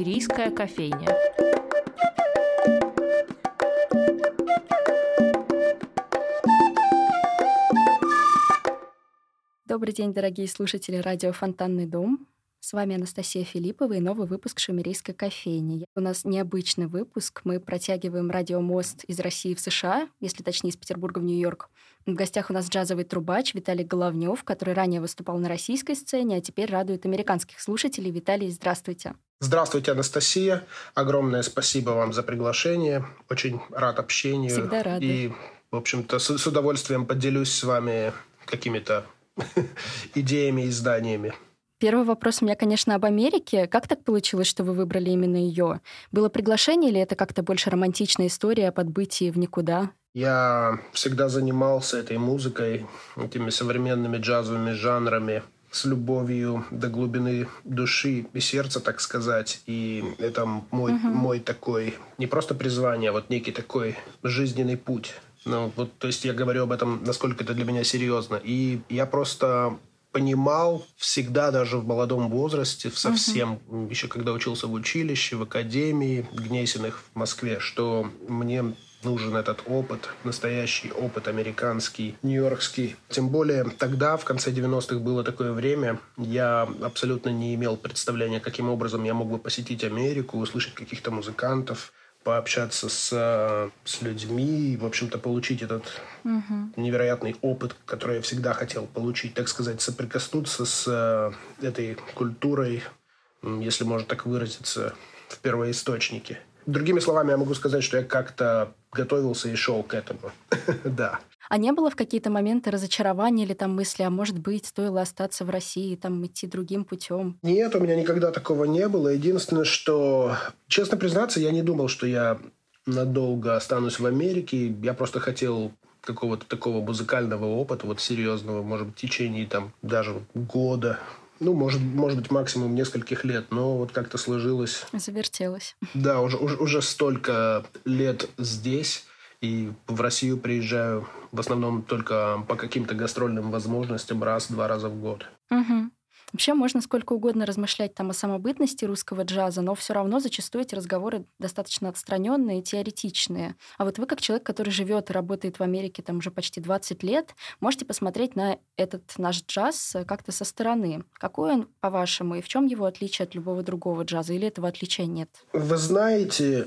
«Шумерийская кофейня». Добрый день, дорогие слушатели радио «Фонтанный дом». С вами Анастасия Филиппова и новый выпуск «Шумерийской кофейни». У нас необычный выпуск. Мы протягиваем радиомост из России в США, если точнее, из Петербурга в Нью-Йорк. В гостях у нас джазовый трубач Виталий Головнев, который ранее выступал на российской сцене, а теперь радует американских слушателей. Виталий, здравствуйте. Здравствуйте, Анастасия. Огромное спасибо вам за приглашение. Очень рад общению. Всегда рады. И, в общем-то, с удовольствием поделюсь с вами какими-то идеями и знаниями. Первый вопрос у меня, конечно, об Америке. Как так получилось, что вы выбрали именно ее? Было приглашение или это как-то больше романтичная история о подбытии в никуда? Я всегда занимался этой музыкой, этими современными джазовыми жанрами с любовью до глубины души и сердца, так сказать. И это мой такой, не просто призвание, а вот некий такой жизненный путь. Ну, вот, то есть я говорю об этом, насколько это для меня серьезно. И я просто понимал всегда, даже в молодом возрасте, совсем, еще когда учился в училище, в академии Гнесиных в Москве, что мне нужен этот опыт, настоящий опыт американский, нью-йоркский. Тем более тогда, в конце 90-х, было такое время, я абсолютно не имел представления, каким образом я мог бы посетить Америку, услышать каких-то музыкантов, пообщаться с людьми, в общем-то, получить этот невероятный опыт, который я всегда хотел получить, так сказать, соприкоснуться с этой культурой, если можно так выразиться, в первоисточнике. Другими словами, я могу сказать, что я как-то готовился и шел к этому. Да. А не было в какие-то моменты разочарования или там мысли, а может быть, стоило остаться в России, там идти другим путем? Нет, у меня никогда такого не было. Единственное, что, честно признаться, я не думал, что я надолго останусь в Америке. Я просто хотел какого-то такого музыкального опыта, вот серьезного, может быть, в течение там даже года. Ну, может быть, максимум нескольких лет, но вот как-то сложилось. Завертелось. Да, уже столько лет здесь, и в Россию приезжаю в основном только по каким-то гастрольным возможностям раз-два раза в год. Вообще можно сколько угодно размышлять там о самобытности русского джаза, но все равно зачастую эти разговоры достаточно отстраненные и теоретичные. А вот вы, как человек, который живет и работает в Америке там уже почти 20 лет, можете посмотреть на этот наш джаз как-то со стороны. Какой он, по-вашему, и в чем его отличие от любого другого джаза? Или этого отличия нет? Вы знаете,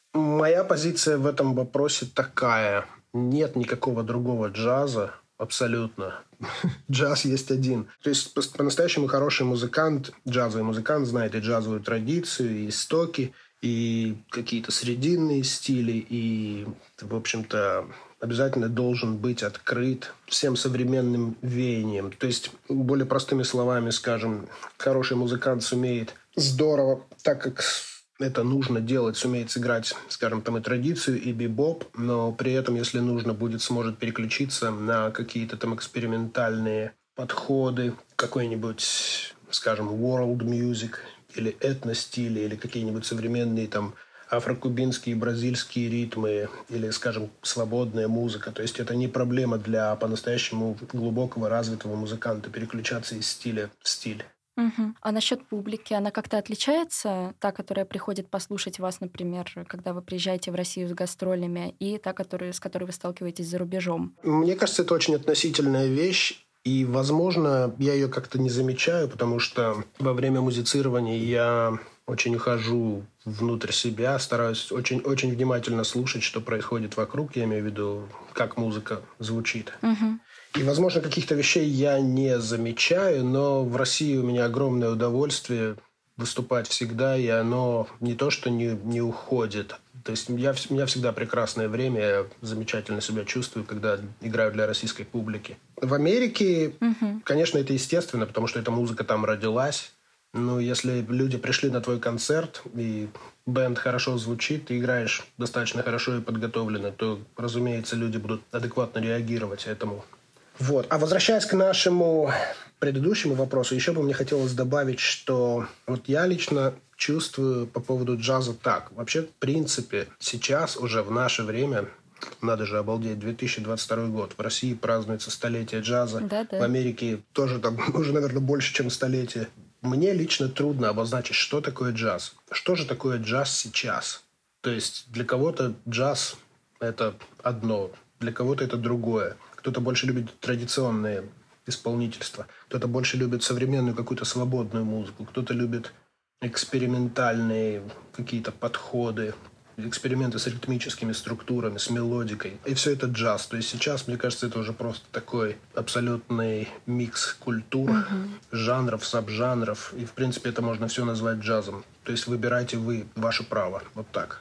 моя позиция в этом вопросе такая. Нет никакого другого джаза. Абсолютно. Джаз есть один. То есть по-настоящему хороший музыкант, джазовый музыкант знает и джазовую традицию, и истоки, и какие-то срединные стили, и, в общем-то, обязательно должен быть открыт всем современным веяниям. То есть, более простыми словами, скажем, хороший музыкант сумеет здорово, так как это нужно делать, сумеет сыграть, скажем, там и традицию, и бибоп, но при этом, если нужно будет, сможет переключиться на какие-то там экспериментальные подходы, какой-нибудь, скажем, world music или этностили, или какие-нибудь современные там афрокубинские, бразильские ритмы, или, скажем, свободная музыка. То есть это не проблема для по-настоящему глубокого развитого музыканта переключаться из стиля в стиль. А насчет публики, она как-то отличается, та, которая приходит послушать вас, например, когда вы приезжаете в Россию с гастролями, и та, с которой вы сталкиваетесь за рубежом? Мне кажется, это очень относительная вещь, и, возможно, я ее как-то не замечаю, потому что во время музицирования я очень ухожу внутрь себя, стараюсь очень внимательно слушать, что происходит вокруг, я имею в виду, как музыка звучит. И, возможно, каких-то вещей я не замечаю, но в России у меня огромное удовольствие выступать всегда, и оно не то, что не уходит. То есть у меня всегда прекрасное время, я замечательно себя чувствую, когда играю для российской публики. В Америке, конечно, это естественно, потому что эта музыка там родилась. Но если люди пришли на твой концерт, и бэнд хорошо звучит, ты играешь достаточно хорошо и подготовленно, то, разумеется, люди будут адекватно реагировать этому. Вот. А возвращаясь к нашему предыдущему вопросу, еще бы мне хотелось добавить, что вот я лично чувствую по поводу джаза так. Вообще, в принципе, сейчас уже в наше время, надо же обалдеть, 2022 год, в России празднуется столетие джаза, Да. в Америке тоже там уже, наверное, больше, чем столетие. мне лично трудно обозначить, что такое джаз. Что же такое джаз сейчас? То есть для кого-то джаз – это одно, для кого-то это другое. Кто-то больше любит традиционные исполнительства, кто-то больше любит современную какую-то свободную музыку, кто-то любит экспериментальные какие-то подходы, эксперименты с ритмическими структурами, с мелодикой. И все это джаз. То есть сейчас, мне кажется, это уже просто такой абсолютный микс культур, жанров, сабжанров. И, в принципе, это можно все назвать джазом. То есть выбирайте вы, ваше право. Вот так.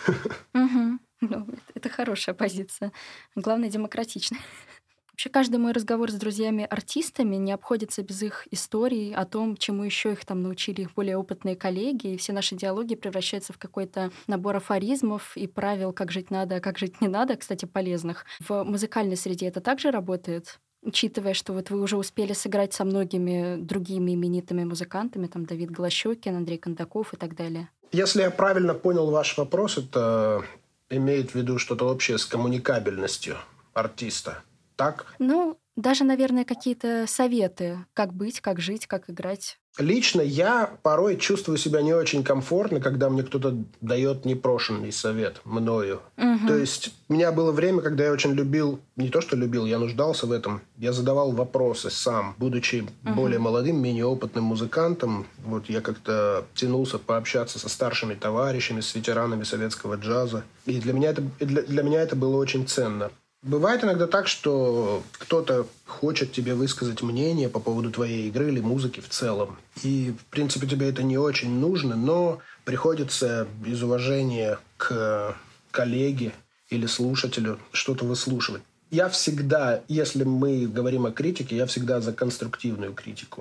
Ну, это хорошая позиция. Главное, демократичная. Вообще, каждый мой разговор с друзьями-артистами не обходится без их историй о том, чему еще их там научили их более опытные коллеги. И все наши диалоги превращаются в какой-то набор афоризмов и правил, как жить надо, а как жить не надо, кстати, полезных. В музыкальной среде это также работает? Учитывая, что вот вы уже успели сыграть со многими другими именитыми музыкантами, там Давид Голощёкин, Андрей Кондаков и так далее. Если я правильно понял ваш вопрос, это имеет в виду что-то общее с коммуникабельностью артиста. Так? Ну, даже, наверное, какие-то советы, как быть, как жить, как играть. Лично я порой чувствую себя не очень комфортно, когда мне кто-то дает непрошенный совет мною. То есть у меня было время, когда я очень любил, не то что любил, я нуждался в этом. Я задавал вопросы сам, будучи более молодым, менее опытным музыкантом. Вот я как-то тянулся пообщаться со старшими товарищами, с ветеранами советского джаза. И для меня это было очень ценно. Бывает иногда так, что кто-то хочет тебе высказать мнение по поводу твоей игры или музыки в целом. И, в принципе, тебе это не очень нужно, но приходится из уважения к коллеге или слушателю что-то выслушивать. Я всегда, если мы говорим о критике, я всегда за конструктивную критику.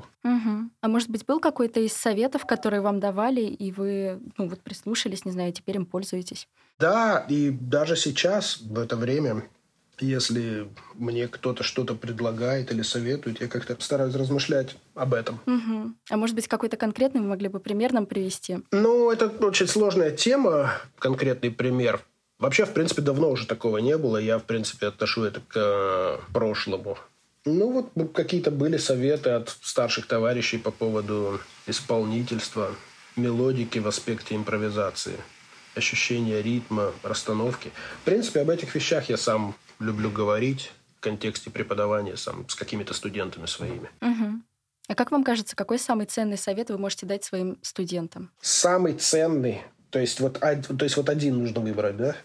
А может быть, был какой-то из советов, которые вам давали, и вы прислушались, не знаю, теперь им пользуетесь? Да, и даже сейчас, в это время, если мне кто-то что-то предлагает или советует, я как-то стараюсь размышлять об этом. А может быть, какой-то конкретный вы могли бы пример нам привести? Ну, это очень сложная тема, конкретный пример. Вообще, в принципе, давно уже такого не было. Я, в принципе, отношу это к прошлому. Ну, вот какие-то были советы от старших товарищей по поводу исполнительства, мелодики в аспекте импровизации, ощущения ритма, расстановки. В принципе, об этих вещах я сам люблю говорить в контексте преподавания сам с какими-то студентами своими. А как вам кажется, какой самый ценный совет вы можете дать своим студентам? Самый ценный, то есть вот один нужно выбрать, да?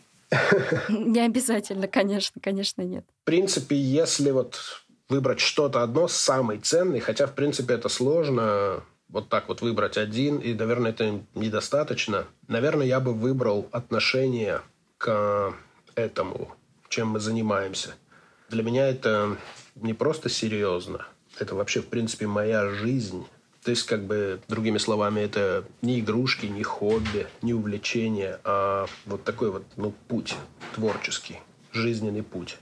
Не обязательно, конечно, нет. В принципе, если выбрать что-то одно, самый ценный, хотя, в принципе, это сложно вот так вот выбрать один, и, наверное, это недостаточно. Наверное, я бы выбрал отношение к этому, чем мы занимаемся. Для меня это не просто серьезно, это вообще, в принципе, моя жизнь. То есть, другими словами, это не игрушки, не хобби, не увлечение, а вот такой путь творческий, жизненный путь.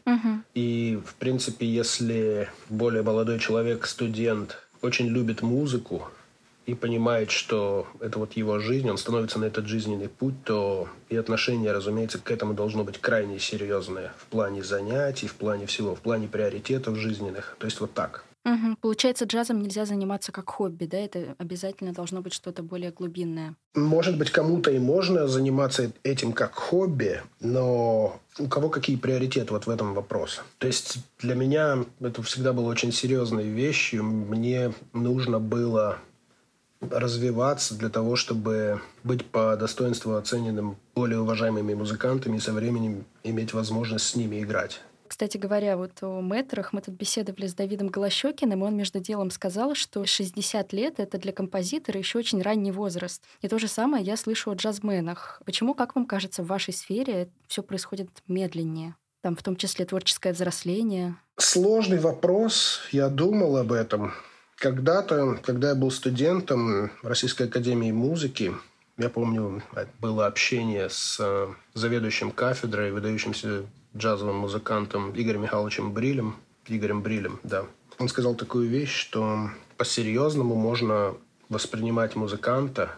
И, в принципе, если более молодой человек, студент, очень любит музыку и понимает, что это его жизнь, он становится на этот жизненный путь, то и отношение, разумеется, к этому должно быть крайне серьезное в плане занятий, в плане всего, в плане приоритетов жизненных. То есть вот так. Получается, джазом нельзя заниматься как хобби, да? Это обязательно должно быть что-то более глубинное. Может быть, кому-то и можно заниматься этим как хобби, но у кого какие приоритеты в этом вопросе? То есть для меня это всегда было очень серьезной вещью. Мне нужно было развиваться для того, чтобы быть по достоинству оцененным более уважаемыми музыкантами и со временем иметь возможность с ними играть. Кстати говоря, о мэтрах мы тут беседовали с Давидом Голощёкиным, и он между делом сказал, что 60 лет — это для композитора еще очень ранний возраст. И то же самое я слышу о джазменах. Почему, как вам кажется, в вашей сфере все происходит медленнее? Там в том числе творческое взросление. Сложный вопрос. Я думал об этом. Когда-то, когда я был студентом Российской академии музыки, я помню, было общение с заведующим кафедрой, выдающимся джазовым музыкантом Игорем Михайловичем Брилем. Игорем Брилем, да. Он сказал такую вещь, что по-серьезному можно воспринимать музыканта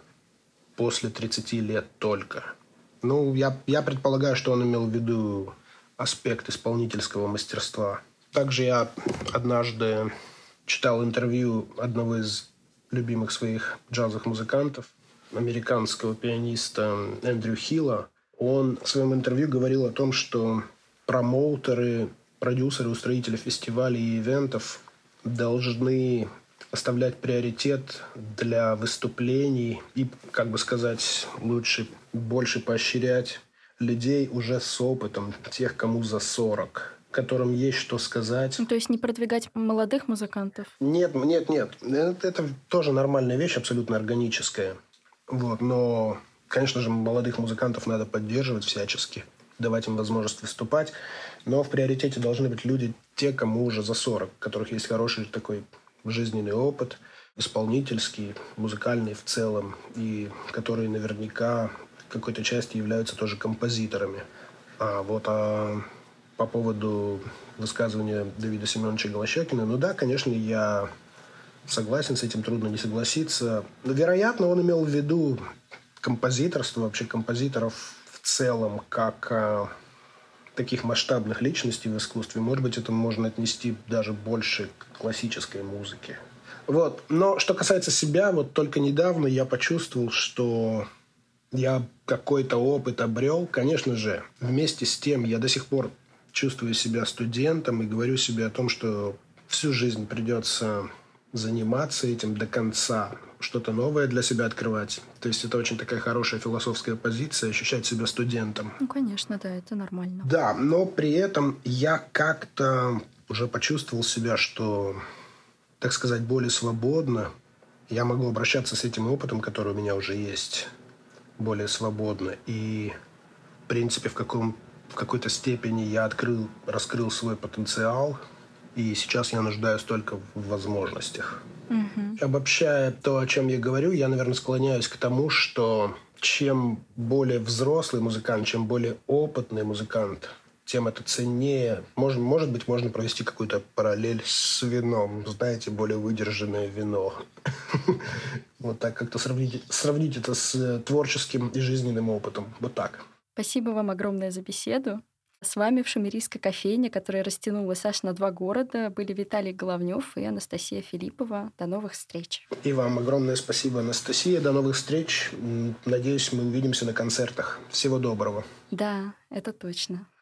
после 30 лет только. Ну, я предполагаю, что он имел в виду аспект исполнительского мастерства. Также я однажды читал интервью одного из любимых своих джазовых музыкантов, американского пианиста Эндрю Хилла. Он в своем интервью говорил о том, что промоутеры, продюсеры, устроители фестивалей и ивентов должны оставлять приоритет для выступлений и, как бы сказать, лучше, больше поощрять людей уже с опытом, тех, кому за 40, которым есть что сказать. То есть не продвигать молодых музыкантов? Нет. Это тоже нормальная вещь, абсолютно органическая. Но, конечно же, молодых музыкантов надо поддерживать всячески, давать им возможность выступать. Но в приоритете должны быть люди, те, кому уже за 40, у которых есть хороший такой жизненный опыт, исполнительский, музыкальный в целом, и которые наверняка в какой-то части являются тоже композиторами. По поводу высказывания Давида Семеновича Голощекина, да, конечно, я согласен с этим, трудно не согласиться. Но, вероятно, он имел в виду композиторство, вообще композиторов в целом, как таких масштабных личностей в искусстве. Может быть, это можно отнести даже больше к классической музыке. Но что касается себя, только недавно я почувствовал, что я какой-то опыт обрел. Конечно же, вместе с тем я до сих пор чувствую себя студентом и говорю себе о том, что всю жизнь придется заниматься этим до конца, что-то новое для себя открывать. То есть это очень такая хорошая философская позиция, ощущать себя студентом. Конечно, да, это нормально. Да, но при этом я как-то уже почувствовал себя, что, так сказать, более свободно. Я могу обращаться с этим опытом, который у меня уже есть, более свободно. И, в принципе, в какой-то степени я раскрыл свой потенциал. И сейчас я нуждаюсь только в возможностях. Угу. Обобщая то, о чем я говорю, я, наверное, склоняюсь к тому, что чем более взрослый музыкант, чем более опытный музыкант, тем это ценнее. Может быть, можно провести какую-то параллель с вином. Знаете, более выдержанное вино. Так как-то сравнить это с творческим и жизненным опытом. Так. Спасибо вам огромное за беседу. С вами в Шумерийской кофейне, которая растянулась аж на 2 города, были Виталий Головнев и Анастасия Филиппова. До новых встреч. И вам огромное спасибо, Анастасия. До новых встреч. Надеюсь, мы увидимся на концертах. Всего доброго. Да, это точно.